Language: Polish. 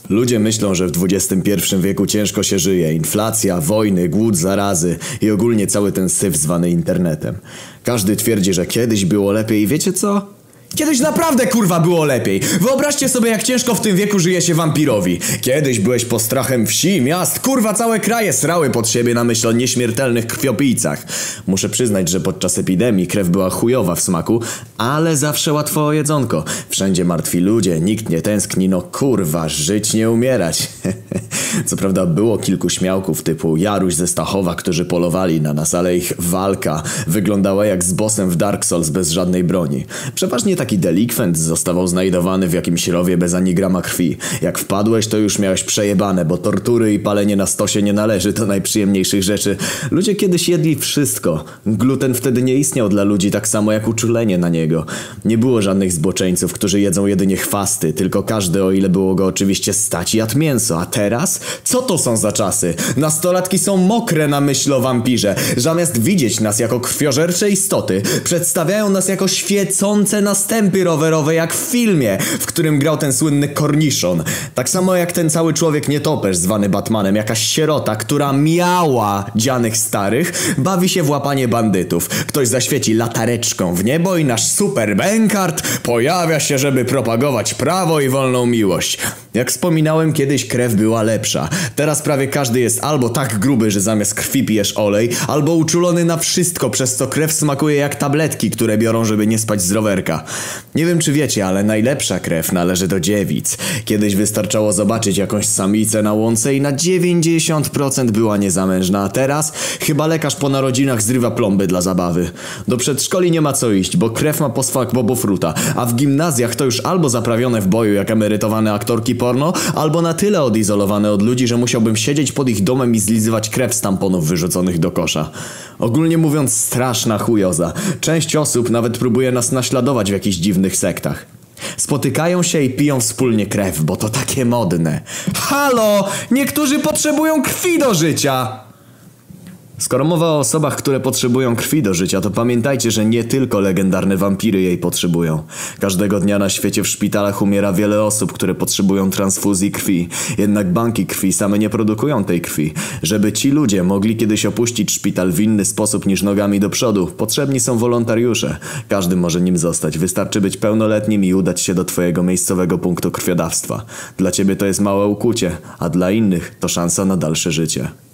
Ludzie myślą, że w XXI wieku ciężko się żyje. Inflacja, wojny, głód, zarazy i ogólnie cały ten syf zwany internetem. Każdy twierdzi, że kiedyś było lepiej i wiecie co? Kiedyś naprawdę kurwa było lepiej. Wyobraźcie sobie, jak ciężko w tym wieku żyje się wampirowi. Kiedyś byłeś postrachem wsi, miast, kurwa całe kraje srały pod siebie na myśl o nieśmiertelnych krwiopijcach. Muszę przyznać, że podczas epidemii krew była chujowa w smaku, ale zawsze łatwo o jedzonko. Wszędzie martwi ludzie, nikt nie tęskni, no kurwa, żyć nie umierać. Co prawda było kilku śmiałków typu Jaruś ze Stachowa, którzy polowali na nas, ale ich walka wyglądała jak z bossem w Dark Souls bez żadnej broni. Przeważnie taki delikwent zostawał znajdowany w jakimś rowie bez ani grama krwi. Jak wpadłeś, to już miałeś przejebane, bo tortury i palenie na stosie nie należy do najprzyjemniejszych rzeczy. Ludzie kiedyś jedli wszystko. Gluten wtedy nie istniał dla ludzi tak samo jak uczulenie na niego. Nie było żadnych zboczeńców, którzy jedzą jedynie chwasty, tylko każdy, o ile było go oczywiście stać, jadł mięso. A teraz? Co to są za czasy? Nastolatki są mokre na myśl o wampirze. Zamiast widzieć nas jako krwiożercze istoty, przedstawiają nas jako świecące następy rowerowe jak w filmie, w którym grał ten słynny korniszon. Tak samo jak ten cały człowiek nietoperz zwany Batmanem, jakaś sierota, która miała dzianych starych, bawi się w łapanie bandytów. Ktoś zaświeci latareczką w niebo i nasz super bękart pojawia się, żeby propagować prawo i wolną miłość. Jak wspominałem, kiedyś krew była lepsza. Teraz prawie każdy jest albo tak gruby, że zamiast krwi pijesz olej, albo uczulony na wszystko, przez co krew smakuje jak tabletki, które biorą, żeby nie spać z rowerka. Nie wiem, czy wiecie, ale najlepsza krew należy do dziewic. Kiedyś wystarczało zobaczyć jakąś samicę na łące i na 90% była niezamężna, a teraz chyba lekarz po narodzinach zrywa plomby dla zabawy. Do przedszkoli nie ma co iść, bo krew ma posmak bobofruta, a w gimnazjach to już albo zaprawione w boju jak emerytowane aktorki porno, albo na tyle odizolowane od ludzi, że musiałbym siedzieć pod ich domem i zlizywać krew z tamponów wyrzuconych do kosza. Ogólnie mówiąc, straszna chujoza. Część osób nawet próbuje nas naśladować w jakichś dziwnych sektach. Spotykają się i piją wspólnie krew, bo to takie modne. Halo! Niektórzy potrzebują krwi do życia! Skoro mowa o osobach, które potrzebują krwi do życia, to pamiętajcie, że nie tylko legendarne wampiry jej potrzebują. Każdego dnia na świecie w szpitalach umiera wiele osób, które potrzebują transfuzji krwi. Jednak banki krwi same nie produkują tej krwi. Żeby ci ludzie mogli kiedyś opuścić szpital w inny sposób niż nogami do przodu, potrzebni są wolontariusze. Każdy może nim zostać. Wystarczy być pełnoletnim i udać się do twojego miejscowego punktu krwiodawstwa. Dla ciebie to jest małe ukucie, a dla innych to szansa na dalsze życie.